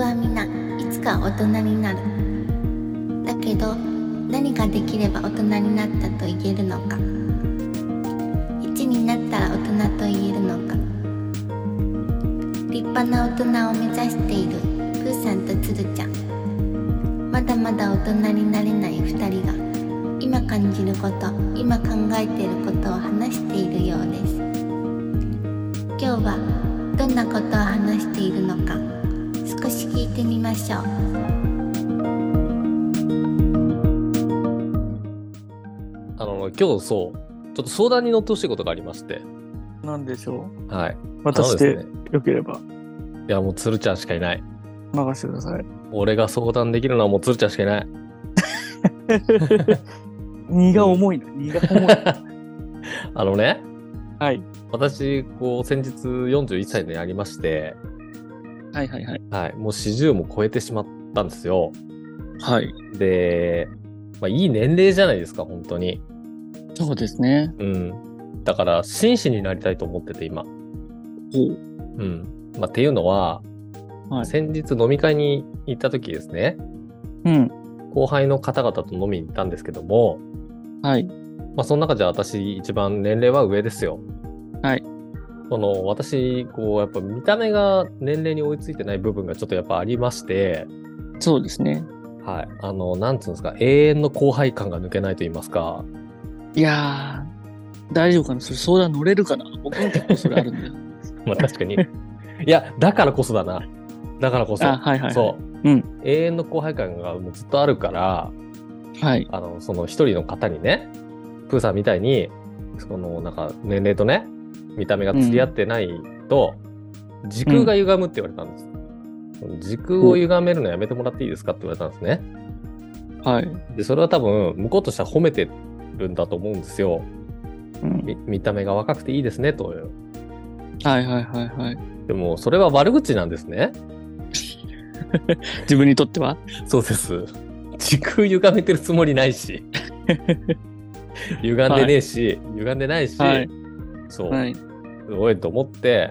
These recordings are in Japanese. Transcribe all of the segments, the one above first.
は皆いつか大人になる。だけど何ができれば大人になったと言えるのか。1になったら大人と言えるのか。立派な大人を目指しているプーさんとつるちゃん。まだまだ大人になれない2人が今感じること、今考えていることを話しているようです。今日はどんなことを話しているのか少し聞いてみましょう。 今日ちょっと相談に乗ってほしいことがありまして。 なんでしょう。はい。 私でよければ。 いや、もうつるちゃんしかいない。 任せてください。 俺が相談できるのはもうつるちゃんしかいない。 荷が重いな、荷が重い。 ね。 はい。 私、先日41歳になりまして。 はいはいはい。 はい。もう40も超えてしまったんですよ。 はい。 で、いい年齢じゃないですか、本当に。 そうですね。 うん。だから、紳士になりたいと思ってて、今。 ほう。 うん。っていうのは、はい、先日飲み会に行った時ですね。 うん。 後輩の方々と飲みに行ったんですけども。 はい。 その中じゃ私一番年齢は上ですよ。 はい。 私、やっぱ見た目が年齢に追いついてない部分がちょっとやっぱありまして。 そうですね。 はい。なんつうんですか、永遠の後輩感が抜けないと言いますか。 いやー、大丈夫かな？それ相談乗れるかな？僕も結構それあるんだよ。 確かに。いや、だからこそだな。だからこそ。 はいはいはい。 そう。うん。永遠の後輩感がもうずっとあるから、 はい。 その一人の方にね、プーさんみたいに、年齢とね、見た目が釣り合ってないと、時空が歪むって言われたんです。時空を歪めるのやめてもらっていいですかって言われたんですね。 はい。 で、それは多分、向こうとしては褒めてるんだと思うんですよ。見た目が若くていいですね、と。 はいはいはいはい。 でも、それは悪口なんですね。 自分にとっては？ そうです。時空歪めてるつもりないし。歪んでねえし、歪んでないし、そう。すごいと思って、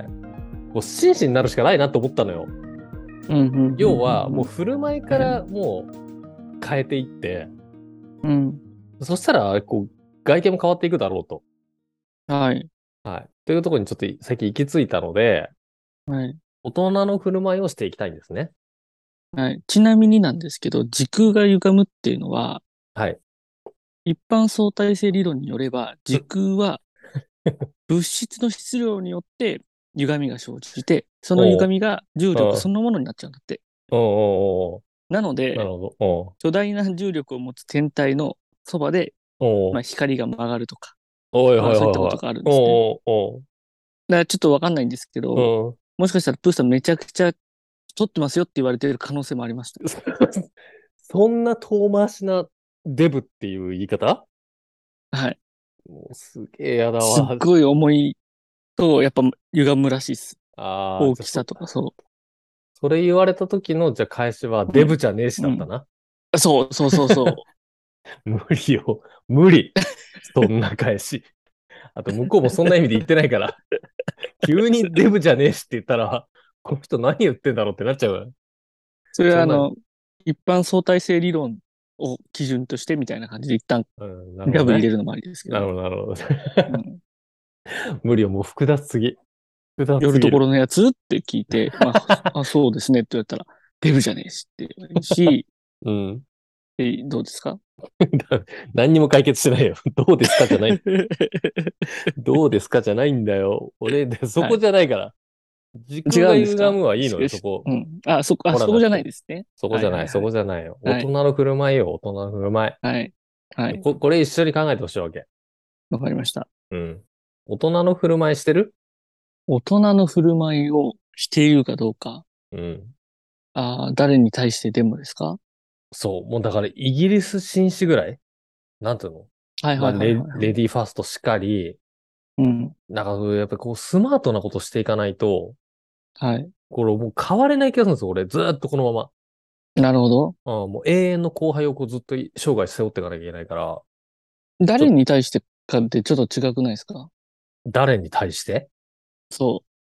真摯になるしかないなと思ったのよ。要は、もう振る舞いからもう変えていって、そしたら、外見も変わっていくだろうと。 はい。 はい。というところにちょっと最近行き着いたので、 はい。 大人の振る舞いをしていきたいんですね。 はい。ちなみになんですけど、時空が歪むっていうのは、 はい。 一般相対性理論によれば、時空は物質の質量によって歪みが生じて、その歪みが重力そのものになっちゃうんだって。なので、巨大な重力を持つ天体のそばで、光が曲がるとか、そういったことがあるんですね。だからちょっとわかんないんですけど、もしかしたらプーさんめちゃくちゃ撮ってますよって言われている可能性もありました。 そんな遠回しなデブっていう言い方？ はい。 もうすげえやだわ。 すっごい重いと、やっぱ歪むらしいっす。大きさとかそう。 それ言われた時の、じゃあ返しは、デブじゃねえしだったな。 そうそうそうそう。 無理よ。無理。そんな返し。あと、向こうもそんな意味で言ってないから。急にデブじゃねえしって言ったら、この人何言ってんだろうってなっちゃう。 それは一般相対性理論を基準としてみたいな感じで一旦、ギャブ入れるのもありですけど。 なるほど、なるほど。無理よ、もう複雑すぎ。 夜ところのやつって聞いて、そうですねって言われたら、デブじゃねえしって言われるし、どうですか？ 何にも解決してないよ。どうですかじゃない。どうですかじゃないんだよ。俺、そこじゃないから。時空が歪むはいいのよ、そこ。 そこじゃないですね。 そこじゃない、そこじゃないよ。大人の振る舞いよ、大人の振る舞い。 はい。はい。 これ一緒に考えてほしいわけ。 わかりました。 大人の振る舞いしてる？ 大人の振る舞いをしているかどうか。誰に対してでもですか？ そう。もうだからイギリス紳士ぐらいなんていうの？レディーファーストしかり、やっぱりスマートなことしていかないと、 はい。 これもう変われない気がするんですよ、俺。ずーっとこのまま。 なるほど。 もう永遠の後輩をずっと生涯背負っていかなきゃいけないから。 誰に対してかってちょっと違くないですか？ 誰に対して？ そ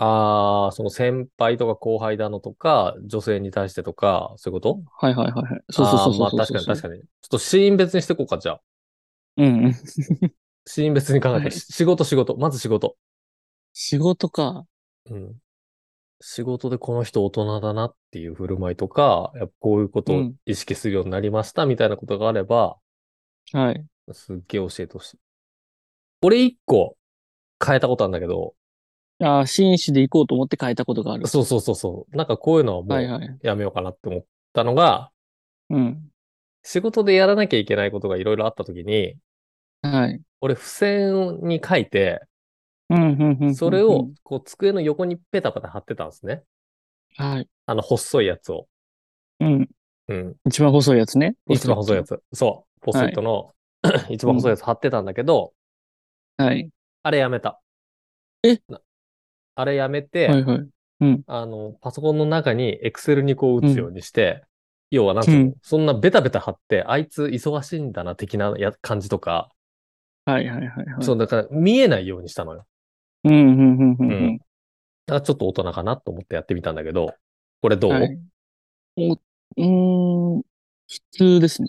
その先輩とか後輩だのとか、女性に対してとか、そういうこと？ はいはいはいはい。そうそうそうそうまあ確そうそう。 かに確かに。ちょっとシーン別にしていこうか、じゃあ。 うんうん。 シーン別に考えたら、 はい。 仕事。まず仕事。 仕事か。 うん。仕事でこの人大人だなっていう振る舞いとか、やっぱこういうことをうん。 意識するようになりましたみたいなことがあれば、 はい。 すっげえ教えてほしい。俺一個変えたことあるんだけど、 紳士で行こうと思って変えたことがある。 そう。なんかこういうのはもはいはい。 うやめようかなって思ったのが、 うん。 仕事でやらなきゃいけないことがいろいろあった時に、 はい。 俺付箋に書いて、 うん、うん、うん、うん、うそれをん。 こう机の横にペタペタ貼ってたんですね。 はい。 細いやつを。 うん。 うん。 一番細いやつね。ポス一トイットの。 番細いやつ。そう。ポストイはい。 ットの一番細いうん。 やつ貼ってたんだけど、 はい。 あれやめた。 えなあれやめて、 はいはい。うん。 パソコンの中に Excel にこう打つよううん。 にして、要はなんうん。 つうの、そんなベタベタ貼って、あいつ忙しいんだな的な感じとか、 はいはいはいはい。 そう、だから見えないようにしたのよ。 うん、うん、うん、うん、ううん。 ん。 だからちょっと大人かなと思ってやってみたんだけど、これどう？ はい。お、普通ですね。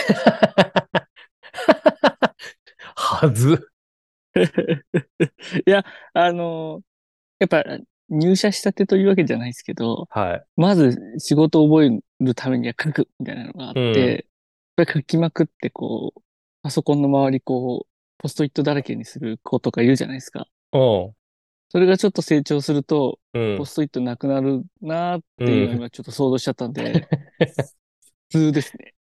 はず。 いや、やっぱ入社したてというわけじゃないですけど、 はい。 まず仕事を覚えるためには書くみたいなのがあっうん。 て、やっぱり書きまくってパソコンの周りポストイットだらけにする子とかいるじゃないですか。 うん。 それがちょっと成長すると、 うん。 ポストイットなくなるなーっていうのをうん。 今ちょっと想像しちゃったんで、普通ですね。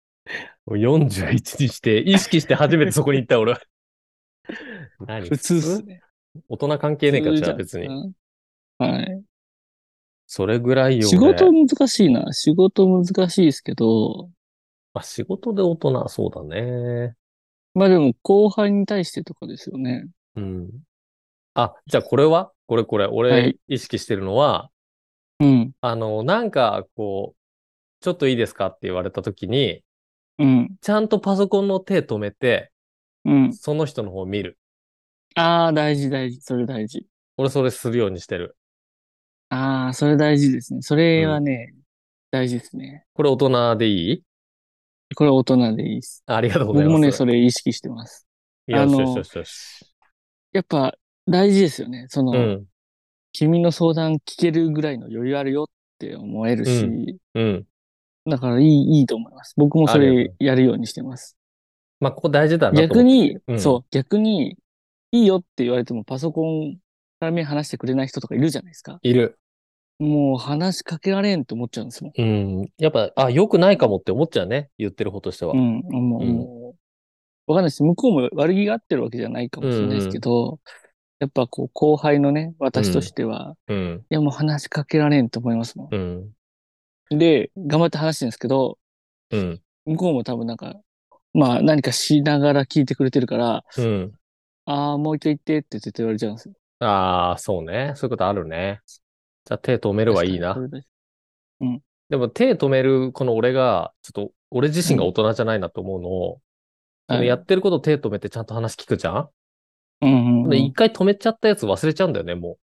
41にして、意識して初めてそこに行った俺は。何普普通？ 通っすね。 大人関係ねえか、 普通じゃないですじゃあ別に。 か。はい。 それぐらいよ、 仕事俺。 難しいな。仕事難しいですけど、 まあ、仕事で大人、そうだね。 まあでも後輩に対してとかですよね。 うん。じゃあこれはこれ。俺はい。 意識してるのは、 うん。 なんか、こう、ちょっといいですかって言われた時に、 うん。 ちゃんとパソコンの手止めて、 うん。 その人の方を見る。 ああ、大事大事。それ大事。 俺それするようにしてる。 ああ、それ大事ですね。そうん。 れはね、大事ですね。 これ大人でいい？ これ大人でいいです。 ありがとうござい僕もね、 ます。 それ意識してます。あよしよしよの、 しよし。 やっぱ大事ですよね。 うん、 君の相談聞けるぐらいの余裕あるよって思えるうん、 し、 うん。 だからいいと思います。僕もそありがとう。 れやるようにしてます。 まあ、ここ大事だなと思ってて。 逆に、 うん。 逆に、いいよって言われてもパソコンから目離してくれない人とかいるじゃないですか。 いる。 もう話しかけられんって思っちゃうんですもん。 うん。やっぱ、良くないかもって思っちゃうね。言ってる方としては。 うん、 うん。 わかんないです。向こうも悪気があってるわけじゃないかうもしれないですん、うん、 けど、やっぱ後輩のね、私とうん、 しては、 うん、 いやもう話しかけられんと思いますもうん、 ん。で、頑張って話してるんですけど、 うん、 向こうも多分なんか、まあ何かしながら聞いてくれてるから、 うん。 ああ、もう一回言ってって絶対言われちゃうんですよ。 ああ、そうね。そういうことあるね。じゃあ手止める確かに、そはいいな。 れで。うん、 でも手止めるこの俺が、ちょっと俺自身が大うん、 人じゃないなと思うのを、そのはい。 やってること手止めてちゃんと話聞くじゃん。 うん、うん、う一ん。 回止めちゃったやつ忘れちゃうんだよね、もう。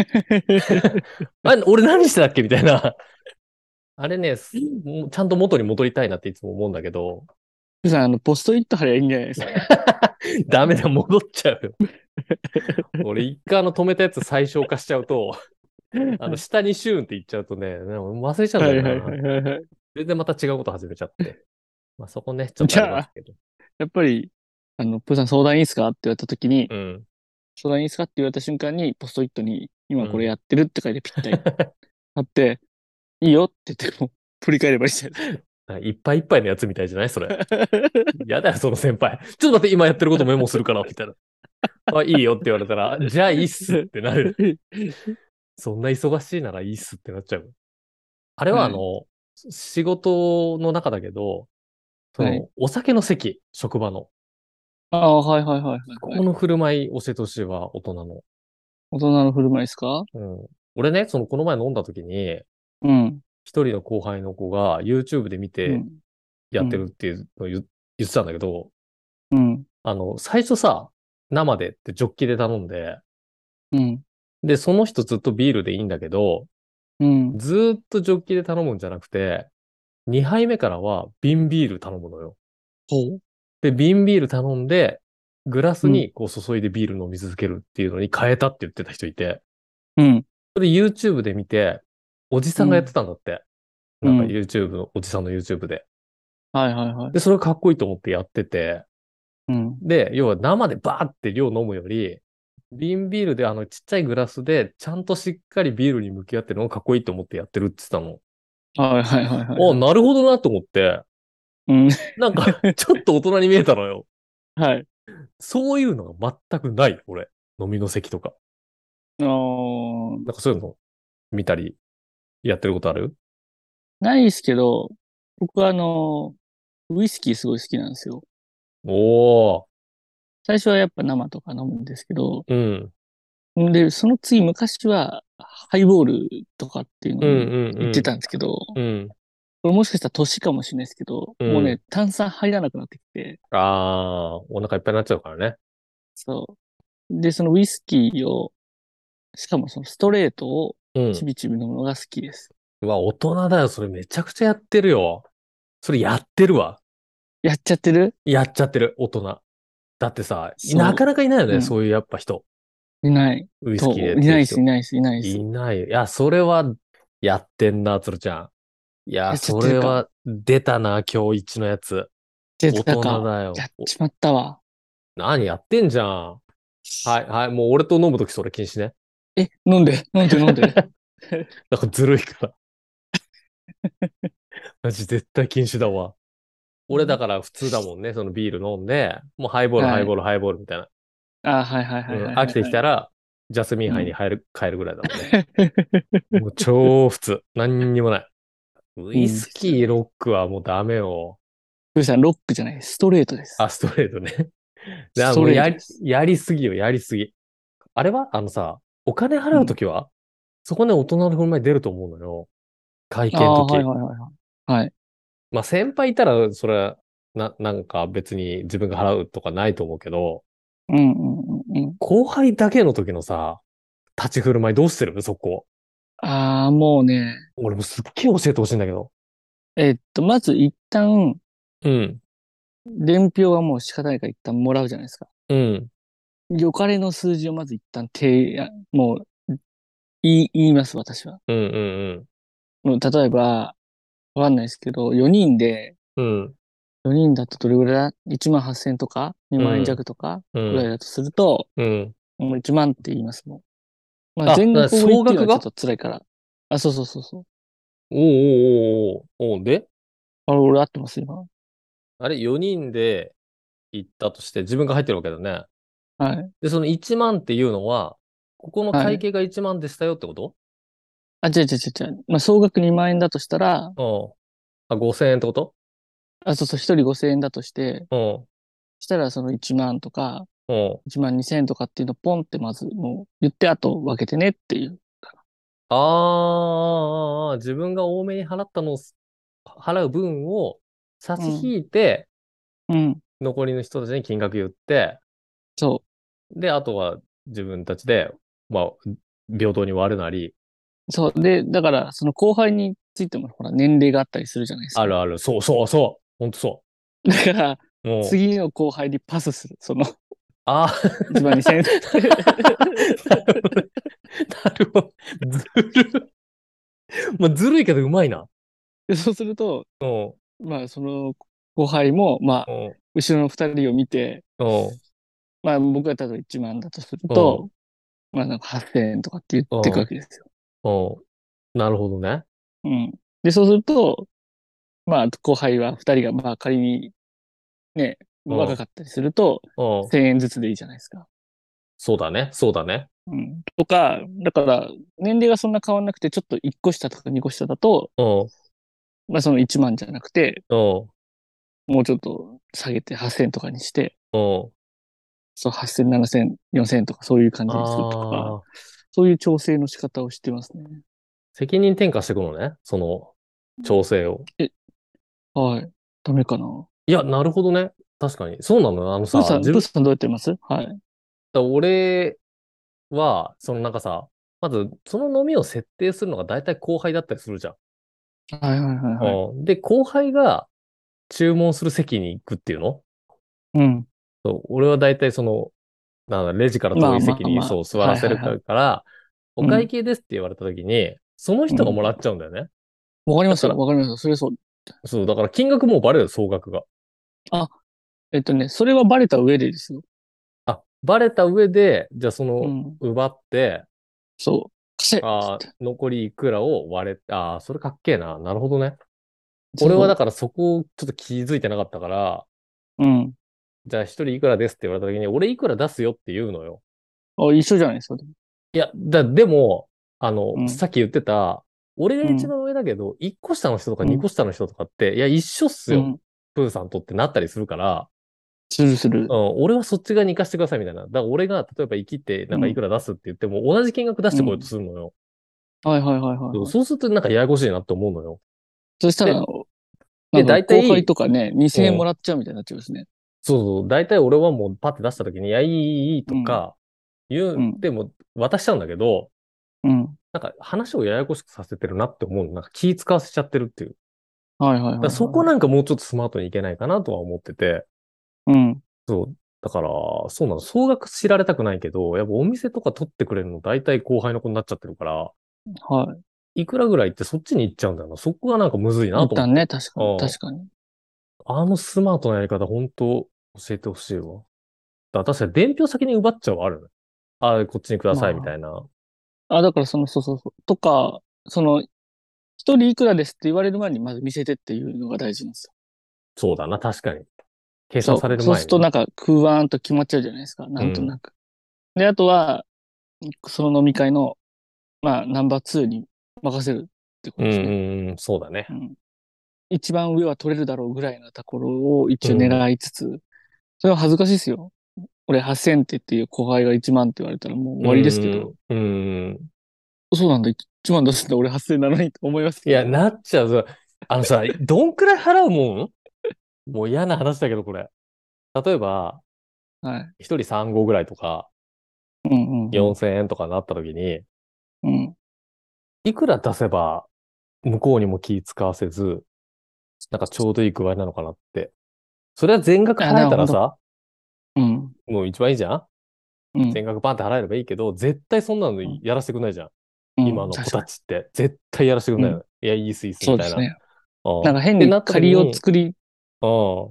俺何してたっけみたいな。あれね、もうちゃんと元に戻りたいなっていつも思うんだけど、 ふうさん、ポストイット貼りゃいいんじゃないですか。 ダメだ、戻っちゃうよ。俺一回止めたやつ最小化しちゃうと、下にシューンって言っちゃうとね、なんか忘れちゃうんだよはいはいはな。 いはいはい。 全然また違うこと始めちゃって。まあそこね、ちょっとありじゃあ、 ますけど。 やっぱり、プーさん相談いいですかって言われたときに、 うん。 相談いいですかって言われた瞬間に、ポストイットに、今これうん。 やってるって書いてピッタリ貼って、いいよって言っても、振り返ればいいじゃないですか。 いっぱいいっぱいのやつみたいじゃないそれ。やだよ、その先輩。ちょっと待って、今やってることメモするから、みたいな。いいよって言われたら、じゃあいいっすってなる。そんな忙しいならいいっすってなっちゃう。あれははい。 仕事の中だけど、 はい。 お酒の席、職場の。 ああ、はいはいはいはいはい。 ここの振る舞い教えてほしいわ、大人の。 大人の振る舞いですか？ うん。俺ね、この前飲んだ時に、 うん。 一人の後輩の子が YouTube で見てうん。 やってるうん。 っていうのを言ってたんだけど、 うん。 最初さ、生でってジョッキで頼んで、 うん。 で、その人ずっとビールでいいんだけど、 うん。 ずーっとジョッキで頼むんじゃなくて、2杯目からは瓶ビール頼むのよ。 ほう。 で、瓶ビール頼んで、グラスうん。 にこう注いでビール飲み続けるっていうのに変えたって言ってた人いて、 うん。 それ YouTube で見て、おじさんがやってうん。 たんだって。なんかうん。 YouTube の、おじさんの YouTube で。 はいはいはい。 で、それがかっこいいと思ってやってて、 うん。 で、要は生でバーって量飲むより、瓶ビールでちっちゃいグラスで、ちゃんとしっかりビールに向き合ってるのがかっこいいと思ってやってるって言ってたの。 はいはいはいはいあ、 はい。 なるほどなと思って、 うん。 なんかちょっと大人に見えたのよ。 はい。 そういうのが全くない、俺。飲みの席とか。 あー、 なんかそういうの見たり、やってることある？ ないですけど、僕はウイスキーすごい好きなんですよ。 おー。 最初はやっぱ生とか飲むんですけど、 うん。 で、その次昔はハイボールとかっていうのうんに行ってうんたんですけど、 うん。うん。 これもしかしたら年かもしれないですけど、 うん。 もうね、炭酸入らなくなってきて、 あー、お腹いっぱいになっちゃうからね。 そう。で、そのウイスキーを、しかもそのストレートをうん。 ちびちび飲むのが好きです。 うわ、大人だよ。それめちゃくちゃやってるよ。それやってるわ。 やっちゃってる？ やっちゃってる、大人。だってさ、なそかなかいないよう。 ね、 うん。 そういうやっぱ人。 いないウイスキーでやと、いないです、いってる人。 ないです、いないです。 いないよ。いや、それは、やってんな、つるちゃん。いや、 やっちゃっそてるか。 れは、出たな、今日一のやつ。 出大人たか。 だよ。 やっちまったわ。 何やってんじゃん。はい、はい、もう俺と飲むときそれ禁止ね。 え、飲んで、飲んで、飲んで。 なんかずるいから。マジ絶対禁止だわ。俺だから普通だもんね。そのビール飲んで、もうハイボール、ハイはい。 ボール、ハイボールみたいな。 あ、はいはいはうん、 いはい飽きてきはいはい。 たら、ジャスミンうん。 杯に変えるぐらいだもんね。もう超普通。何にもない。ウイいいでスキー、 すよね。 ロックはもうダメよ。 ふーさん、ロックじゃない、ストレートです。 あ、ストレートね。 ストレートです。 やりすぎよ、やりすぎ。あれはさ、お金払うとうん。 きはそこね、大人の振る舞い出ると思うのよ。会ああ、はい計のとき。 はいはいはい。はい。 まあ先輩いたら、それは、なんか別に自分が払うとかないと思うけど、 うんうんうんうん。 後輩だけの時のさ、立ち振る舞いどうしてるそこ？ ああ、もうね、 俺もすっげえ教えてほしいんだけど。 まず一旦、 うん、 伝票はもう仕方ないから一旦もらうじゃないですか。 うん、 お金の数字をまず一旦もう言います、私は。 うん、うん、 もう例えば、わかんないですけど、4人で、 うん、 4人だとどれぐらいだ？ 1 万8000円とかう 2万円ん、 弱とかうん、 ぐらいだとすると、 うん。 もう1万って言いますもん。まああ、 全額を言っていうのはちょっ総額が？ と辛いから。あ、そうそうそうそう。 おうおうおうおうおうで、 あれ、俺合ってます今？ あれ、4人で行ったとして自分が入ってるわけだね。 はい。 で、その1万っていうのは、ここのはい。 会計が1万でしたよってこと？ あ、違う違う違う違う。まあ総額2万円だとしたら、 うん。あ、5000円ってこと？ あ、そうそう、1人5000円だとして、 うん、 したらその1万とか、 うん。 1万2000円とかっていうのをポンってまずもう言って、あと分けてねっていう。 自分が多めに払ったのを、払う分を差しうん。 引いて、 うん。 残りの人たちに金額言って、 そで、あとは自分たちで、まあ、平等に割るなり、 う。そう。で、だから、その後輩についても、ほら、年齢があったりするじゃないですか。 あるある。そうそうそう。ほんとそだから、 う。もう、 次の後輩にパスする。その、 あ 1万2000円。 なるほどね。なるほど。ずる。まあ、ずるいけどうまいな。 でそうすると、 うん、 まあ、その後輩も、まあ、 うん、 後ろの2人を見て、 うん、 まあ、僕が例えば1万だとするうん、 と、まあ、なんか8000円とかって言っていくうん、 わけですよ。 うん。なるほどね。 うん。で、そうすると、まあ、後輩は2人が、まあ、仮にね、 うん、 若かったりすると、 うん。 1000円ずつでいいじゃないですか。 そうだね。そうだね。 うん。とか、だから、年齢がそんな変わんなくて、ちょっと1個下とか2個下だと、 うん、 まあ、その1万じゃなくて、 うん、 もうちょっと下げて8000とかにして、 うん。 そう、8000、7000、4000とかそういう感じにするとか、 ああ、 そういう調整の仕方をしてますね。 責任転嫁していくのね。その、調整を。 え、はい。ダメかな。 いや、なるほどね。確かに。そうなのよ。さ、 プーさんどうやってます？はい。 俺は、なんかさ、 まず、その飲みを設定するのが大体後輩だったりするじゃん。 はいはいはいはい。 うん。で、後輩が注文する席に行くっていうの。 うん。 そう、俺は大体その、なんだ、レジから遠まあい席にまあまあ。 そう座らせるはいはいはい。 から、おうん。 会計ですって言われた時に、そのうん。 人がもらっちゃうんだよね。 わかりますよ。 だから、 わかりますよ。それそう。 そう、だから金額もうバレる、総額が。 あ、それはバレた上でですよ。 あ、バレた上で、じゃあその、 うん。 奪って、 そう。貸せっつっあー、 て。 残りいくらを割れ、あー、それかっけえな。なるほどね。俺はだそからそこをちょっと気づいてなかったから、 う。うん。 じゃあ一人いくらですって言われた時に、俺いくら出すよって言うのよ。 あ、一緒じゃないですか。でもいや、でも、 うん。 さっき言ってた、俺がうん。 一番上だけど、1個下の人とか2 うん。 個下の人とかって、いや、一緒っすよ。 うん。 プーさんとってなったりするから、 するする。 うん、俺はそっち側に行かしてくださいみたいな。だから俺が、例えば生きて、なんかいうん。 くら出すって言っても、同じ金額出してこようとうん。 するのよ。 はいはいはいはいはい。 そうそうするとなんかややこしいなって思うのよ。 そしたら、 で、 なんか大後輩体、 とかね、2000円もうん、 らっちゃうみたいになっちゃうんですね。 そうそう、大体俺はもうパッて出した時に、いや、いい、いいうん。 とか言うん。 っても渡しちゃうんだけど、 うん。 なんか話をややこしくさせてるなって思うの。なんか気使わせちゃってるっていう。 はいはいだからそこはいはい。 なんかもうちょっとスマートにいけないかなとは思ってて。 うん。 そう。だから、そうなの。総額知られたくないけど、やっぱお店とか取ってくれるの大体後輩の子になっちゃってるから、 はいくらぐらいってそっちに行っちゃうんだよな。そこがなんかむずいい。 なと思って。 一旦ね、確かに、 うん。 確かに。 あのスマートなやり方、本当教えてほしいわ。だから確かに伝票先に奪っちゃうはあるね。あ、こっちにくださいみたまいな。 あ。あ、だからそうそうそう。とか、一人いくらですって言われる前にまず見せてっていうのが大事なんですよ。 そうだな、確かに。計算されそう。そうする前にね。 るとなんか、クワーンと決まっちゃうじゃないですか。なんとなうん。 く。で、あとは、その飲み会の、まあ、ナンバー2に任せるってこうん、 とですね。 うん、うん、そうだね。 うん。一番上は取れるだろうぐらいなところを一応うん。 狙いつつ、それは恥ずかしいですよ。俺8000って言っていう後輩が1万って言われたらもう終うわりですけど、 ん、うん。 そうなんだ、1万出すんだ、俺8000なのにと思いますいや、 けど。 なっちゃうぞ。あのさ、どんくらい払うもん。もう嫌な話だけど、これ。例えば、 はい。 一人3号ぐらいとか、 うんうんうん。 4000円とかなった時に、 うん。 いくら出せば、向こうにも気使わせず、なんかちょうどいい具合なのかなって。それは全額あ、 払えなるほど。 たらさ、 うん。 もう一番いいじゃん。 うん。 全額バンって払えればいいけど、絶対そんなのうん。 やらせてくんないじゃん。 うん。 今の子確かたちって。絶対やらせてくんに。うん。 ないの。いや、いいっす、いいっす、みたいな。 そうですね。 うん。っなんか変てなった時に借りをに、 作り、 うん、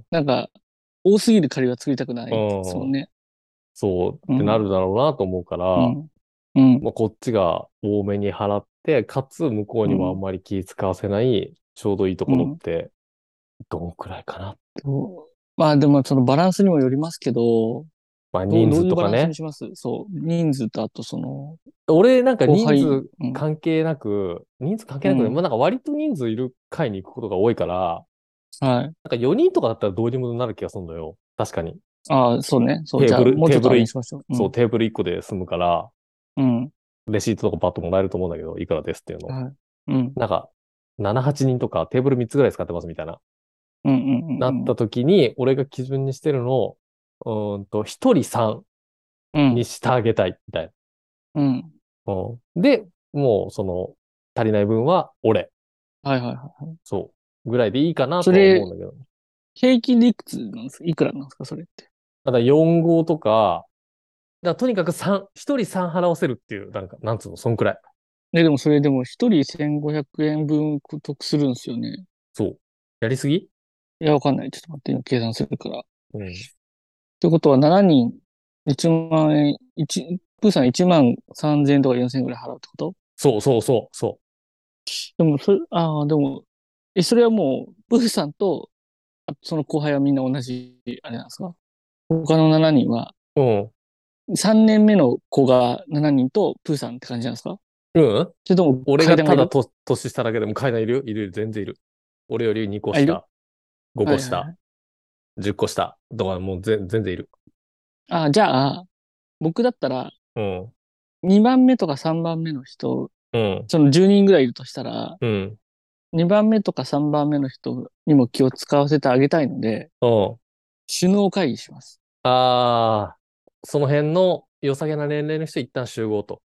なんか多すぎる借りは作りたくなういですもんん。 ね。 そうってなうん。 るだろうなと思うから、 うん。うん。 まあ、こっちが多めに払って、かつ向こうにもあんうん。 まり気使わせない、ちょうどいいところっうん。 て、どんくらいかな。 まあでもそのバランスにもよりますけど、 まあ人数どういうバランスにとかね。 しますそう。人数とあと俺なんか後輩。 人数うん。 人数関係なくね、まあうん。 なんか割と人数いる会に行くことが多いから、 はい。 なんか4人とかだったらどうにもなる気がするのよ。確かに。 ああ、そうね。そう。じゃあもうちょっとあれにしましょう。うん。 テーブル1個で済むから、 うん。 レシートとかパッともらえると思うんだけど、いくらですっていうの。 はい。うん。 なんか、7、8人とかテーブル3つぐらい使ってますみたいな。 うんうんうんうん。 なった時に、俺が基準にしてるの、1人3 うん。 にしてあげたい、みたいうん。 な。で、もう、足りない分は、俺。 はいはいはいはい。 そう。ぐらいでいいかなとは思うそれ、 んだけど。 平均でいくつなんですかいくらなんですかそれって。 ただ4号とか、だからとにかく3、1人3払わせるっていう、なんか、なんつうの、そんくらい。 でもそれでも一人1500円分得するんですよね。 そう。やりすぎ。 いや、わかんない。ちょっと待って、今計算するから。っうん。 てことは7人1万円、プーさん1万3000円とか4000円ぐらい払うってことそうそうそうそでも、でも、それはもう、プーさんと、その後輩はみんな同じ、あれなんですか他の7人は、 う。うん。 3年目の子が7人とプーさんって感じなんですかうん。 それとも俺が階段がいるただ年下だけでも階段いるよいるよ、全然いる。俺より2個あ、いる下、5個下、 はいはいはい。 10個下とかもう全然いる。 あ、じゃあ、僕だったら、 うん。 2番目とか3番目の人、 うん。 その10人ぐらいいるとしたら、 うん。 2番目とか3番目の人にも気を使わせてあげたいので、 うん。 首脳会議します。 ああ、その辺の良さげな年齢の人一旦集合と。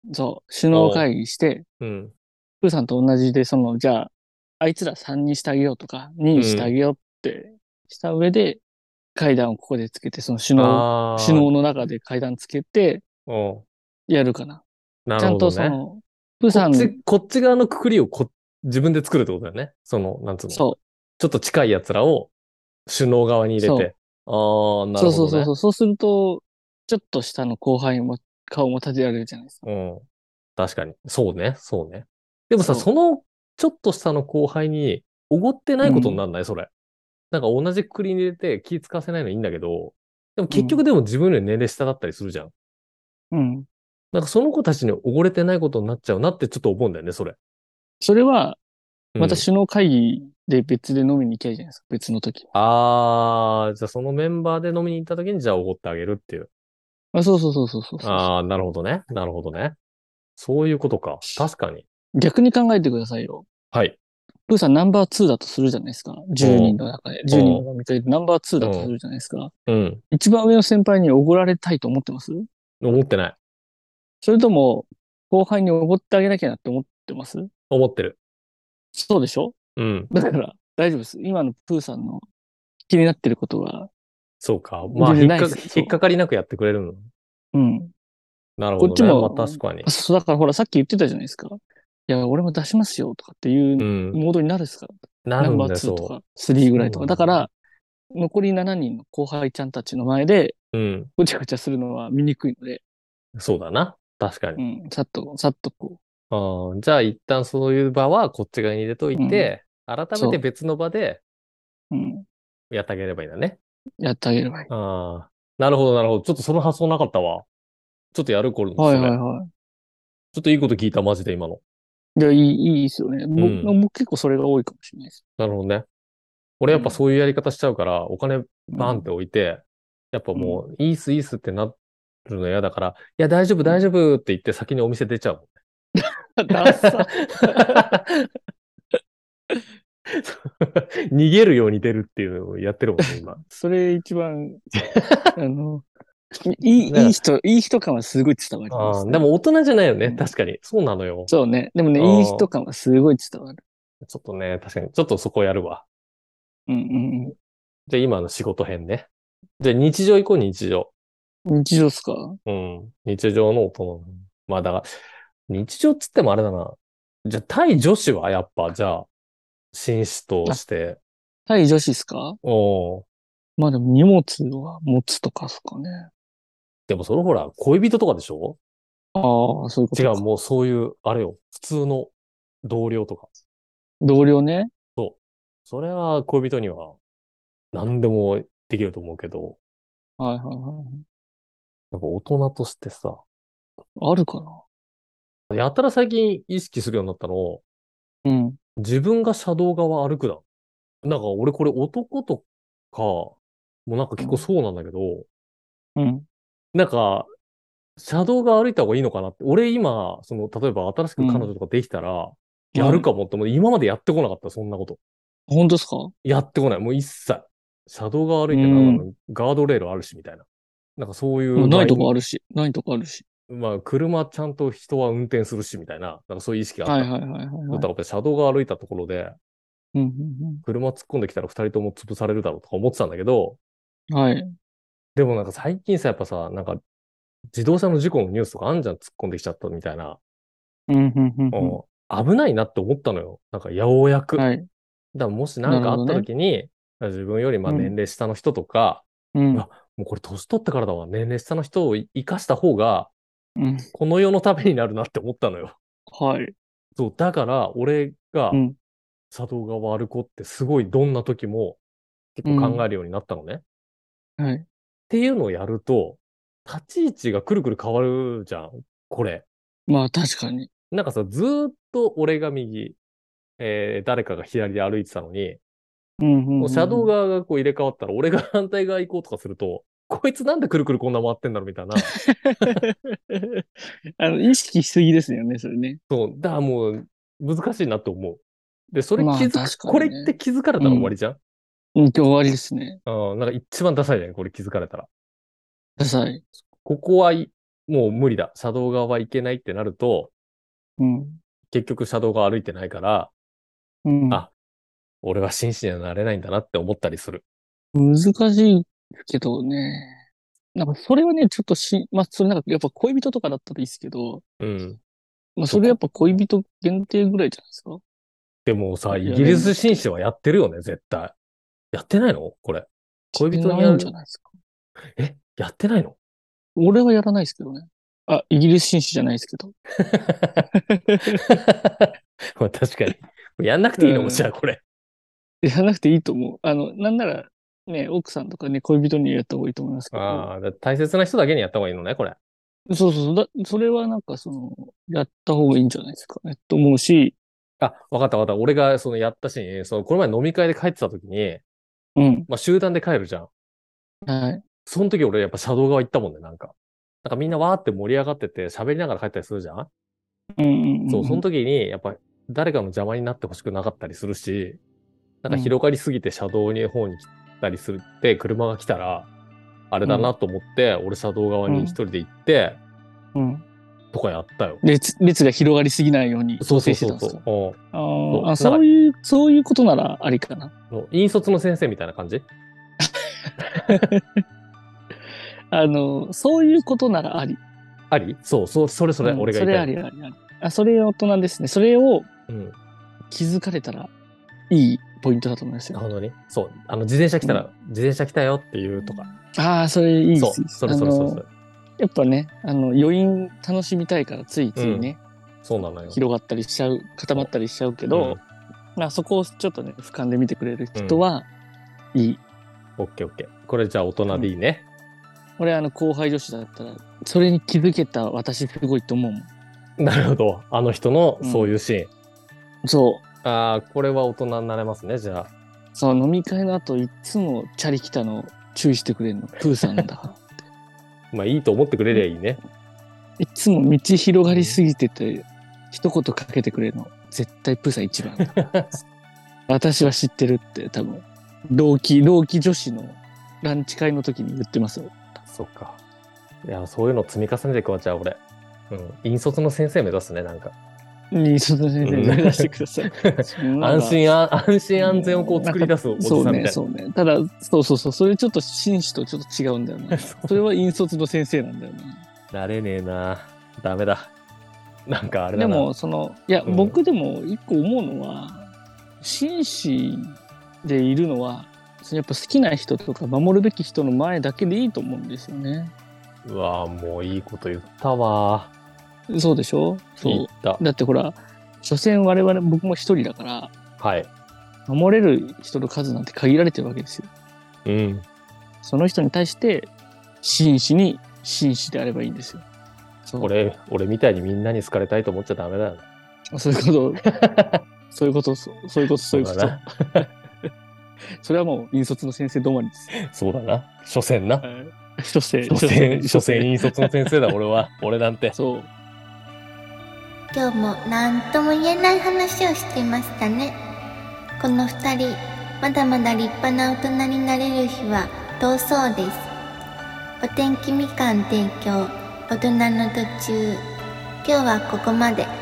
そう、首脳会議して、 うん。 プーさんと同じで、じゃあ、あいつら3にしてあげようとか、2にしてあげようってした上で、階段をここでつけて、首あ脳の中で階段つけて、 あ、うん。 やるかな。 なちゃんとるほどね。 プーさん、 こっち側のくくりを自分で作るってことだよね。なんつうの。 そう、 ちょっと近い奴らを首脳側に入れて。 そう、 ああ、なそうるほどね。 そうそうそう、そうすると、ちょっと下の後輩も顔も立てられるじゃないですか。 うん。確かに。そうね、そうね。でもさ、 そちょっと下の後輩に、おごってなう。 いうん、 ことになんないそれ。なんか同じくくりに入れて気使わせないのいいんだけど、でもうん、 結局でも自分より年齢下だったりするじゃん。 うん。 なんかその子たちにおごれてないことになっちゃうなってちょっと思うんだよね、それ。 それは、またうん。 首脳会議で別で飲みに行けばいいじゃないですか。別の時。 じゃあそのメンバーで飲みに行った時にじゃあおごってあげるっていう。 あ、そうそうそうそうそうそうそなるほどね。なるほどね。そういうことか。確かに。 う。逆に考えてくださいよ。 はい。 プーさんナンバー2だとするじゃないですか。10 うん、 人の中で。10人のうん、 飲み会でナンバー2 うん、 だとするじゃないですか。 うん。 一番上の先輩におごられたいと思ってます？ 思ってない。 それとも、後輩におごってあげなきゃなって思ってます？ 思ってる。 そうでしょ？ うん。 だから、大丈夫です。今のプーさんの気になってることは、 そうか。まあ、 全然ないです。 引っかかりなくやってくれるの。 う。うん。こっちなるほどね。まあ、確も、 かに。 そう、だからほら、さっき言ってたじゃないですか。いや、俺も出しますよ、とかっていううん。 モードになるんですから。ナンバーなるんだよ、 2とかそう。 3ぐらいとか。 そうなんだよ。 だから、残り7人の後輩ちゃんたちの前で、 うん。 ごちゃごちゃするのは見にくいので、 そうだな。確かに。 うん、さっとこじゃあ、一旦そういう場はこっち側に入れという、うん、 て、改めてそ別の場でう、うん、 やってあげればいいんだね。 やってあげればいい。 なるほど、なるほど。ちょっとその発想なかったわ。ちょっとやる、これ、 はいそれ。 はいはちょっといいこと聞いた、マジで今の。 い。いや、いいですよね。 うん。 僕結構それが多いかもしれないです。 なるほどね。俺やっぱうん、 そういうやり方しちゃうから、お金バンってうん、 置いて、やっぱうん。 もう、いいっす、いいっすってなるの嫌だから、いや、大丈夫、大丈夫って言って先にお店出ちゃうもん。 ダッサ。 逃げるように出るっていうのをやってるもんね、今。 それ一番、あの、 なんか、 いい人感はすごい伝わりますね。 でも大人じゃないよね。 うん。 確かに。そうなのよ。 そうね。でもね、いい人うん。 感はすごい伝わる。 ちょっとね、確かに。ちょっとそこやるわ。 うんうんじゃあ今の仕事編ね。じゃあ日常行こう、日常。 うん。日常っすか？ うん。日常の大人。まあだから、日常っつってもあれだな。じゃあ対女子はやっぱ、じゃあ、紳士とあ、 して。 対女子っすか？ おまあでも荷物は持つとかっすかね。 でもそれほら、恋人とかでしょ？ ああ、そういうこ違う、 とか。 もうそういう、あれよ。普通の同僚とか。 同僚ね。 そう。それは恋人には何でもできると思うけど、 はいはいはやっぱ大人としてさ、 い。あるかな？ やたら最近意識するようになったの、 うん。 自分が車道側歩くだ。なんか俺これ男とか、もうなんか結構うん。 そうなんだけど、 うん。 なんか、車道側歩いた方がいいのかなって。俺今、例えば新しく彼うん。 女とかできたら、やはい。 るかもって思う。今までやってこなかった、そんなこと。 本当ですか？ やってこない。もう一切。車道側歩いてなんなうん。 の、ガードレールあるし、みたいな。なんかそういうまあないとマイン、 こあるし。ないとこあるし。 まあ車ちゃんと人は運転するし、みたいな。なんかそういう意識があったの。 はいはいはいはいはい。 だから車道側歩いたところで、 うんうん車突っ込んできたら二人とも潰されるだろうとか思ってたんだけど、 うん。はい。 でもなんか最近さ、やっぱさ、なんか自動車の事故のニュースとかあんじゃん、突っ込んできちゃったみたいな。 うんうんうんうん。 うん危ないなって思ったのよ。なんかようやく。 はい。 だからもし何かあったなるほどね。 時に、自分よりまあうん。 年齢下の人とか、 うん。 うわ、もうこれ年取ってからだわ。年齢下の人を生かした方が、 うん。 この世のためになるなって思ったのよ。 はい。 そう、だから俺がうん。 車道側歩こうってすごいどんな時も結構考うん。 えるようになったのね。っはい。 ていうのをやると、立ち位置がくるくる変わるじゃん。これ。 まあ確かに。 なんかさ、ずーっと俺が右、誰かが左で歩いてたのに、 うんうんもう車道うんうん。 側がこう入れ替わったら、俺が反対側行こうとかすると、こいつなんでくるくるこんな回ってんだろうみたいな。 意識しすぎですよね、それね。 そう、だからもう難しいなと思う。で、それまあ確かこれってにね。 気づかれたら終わうん。 りじゃん。 うん、終わりですね。 なんか一番ダサいじゃん、これ気づかれたら。 ダサい。 ここはいもう無理だ。車道側はいけないってなると、 うん。 結局車道側歩いてないから、 うん。 あ、俺は紳士にはなれないんだなって思ったりする。 難しいけどね。なんかそれはね、ちょっとまあ、それなんかやっぱ恋人とかだったらいいですけど、 うん。 まあ、それやっぱ恋人限定ぐらいじゃないですか。 でもさ、イやギリスれんのって。 紳士はやってるよね、絶対。やってないのこれ。恋してないんじゃ人にやる。 ないですか。 やってないの？ 俺はやらないですけどね。あ、イギリス紳士じゃないですけど。 まあ確かに。やんなくていいのもじゃあうん。 これ。 やらなくていいと思う。なんなら、ね、奥さんとかね、恋人にやった方がいいと思いますけど。 ああ、大切な人だけにやった方がいいのね、これ。 そうそうそう。それはなんかやった方がいいんじゃないですかね、と思うし、 あ、わかったわかった。俺がそのやったし、この前飲み会で帰ってた時に、 うん。 まあ集団で帰るじゃん。 はい。 その時俺やっぱ車道側行ったもんね、なんか。なんかみんなわーって盛り上がってて喋りながら帰ったりするじゃん。 うんうんそう、 うんうん。 その時にやっぱ誰かの邪魔になってほしくなかったりするし、なんかうん。 広がりすぎて車道に方に来たりするって、車が来たら、あれうん。 だなと思って、俺車道側うん。 に一人で行って、 うん。 とかやったよ。 列が広がりすぎないようにそう調そうそうそ整してたんですか？ う。うんあ、 なんか、 そういうことならありかな。 引率の先生みたいな感じ。 そういうことならあり。 ありそう、それそれ、 うん、それあ俺が言いたいの。 りありあり。あ、それ大人ですね。それをうん。 気づかれたらいいポイントだと思いますよ。 本当にそう。自転車来うん。 たら、自転車来たよっていうとか。 ああ、それいいです、いいそう、 です。 それそれそれそれ。 やっぱね、余韻楽しみたいからついうん。 ついね、 そうなのよ。 広がったりしちゃう、固まそったりしちゃうけう。うど、 ん。 まあそこをちょっとね、俯瞰で見てくれるうん。 人はいい。 オッケーオッケー。これじゃあ大人うん。 でいいね。 俺後輩女子だったら、それに気づけた私すごいと思うもん。 なるほど。あの人のうん。 そういうシーン。 そう。 ああ、これは大人になれますね、じゃあ。 そう、飲み会の後、いつもチャリ来たの注意してくれるの、プーさんだ。 まあいいと思ってくれりゃいいね。 いつも道広がりうん。 すぎてて、一言かけてくれるの、絶対プーさん一番だ。私は知ってるって多分、同期女子のランチ会の時に言ってますよ。 そっか。いや、そういうの積み重ねていくわ、じゃあ俺。うん。引率の先生目指すね、なんか。 その先生うん。 目指してください。なんか、 安心安全をこうなんか、 作り出すおじそうね、 さんみたいな。 そうね。ただ、そうそうそう、それちょっと紳士とちょっと違うんだよな。それは引率の先生なんだよな。 なれねえな。ダメだ。なんかあれだな。 でも、いや、 うん。 僕でも一個思うのは、紳士でいるのは、やっぱ好きな人とか守るべき人の前だけでいいと思うんですよね。 うわぁ、もういいこと言ったわ。 そうでしょ？そ言った。 う。だってほら、所詮我々、僕も一人だから、 はい。 守れる人の数なんて限られてるわけですよ。 うん。 その人に対して、真摯に真摯であればいいんですよ。そ俺みたいにみんなに好かれたいと思っちゃダメだよね。 う。そういうこと、そういうこと、そういうこと、そういうこと。 そうだな。 それはもう、引率の先生止まりです。 そうだな。所詮な。 はい。所詮、 所詮引率の先生だ、俺は。俺なんて。 そう。 今日も何とも言えない話をしていましたね。この2人、まだまだ立派な大人になれる日は遠そうです。お天気みかん提供、大人の途中。今日はここまで。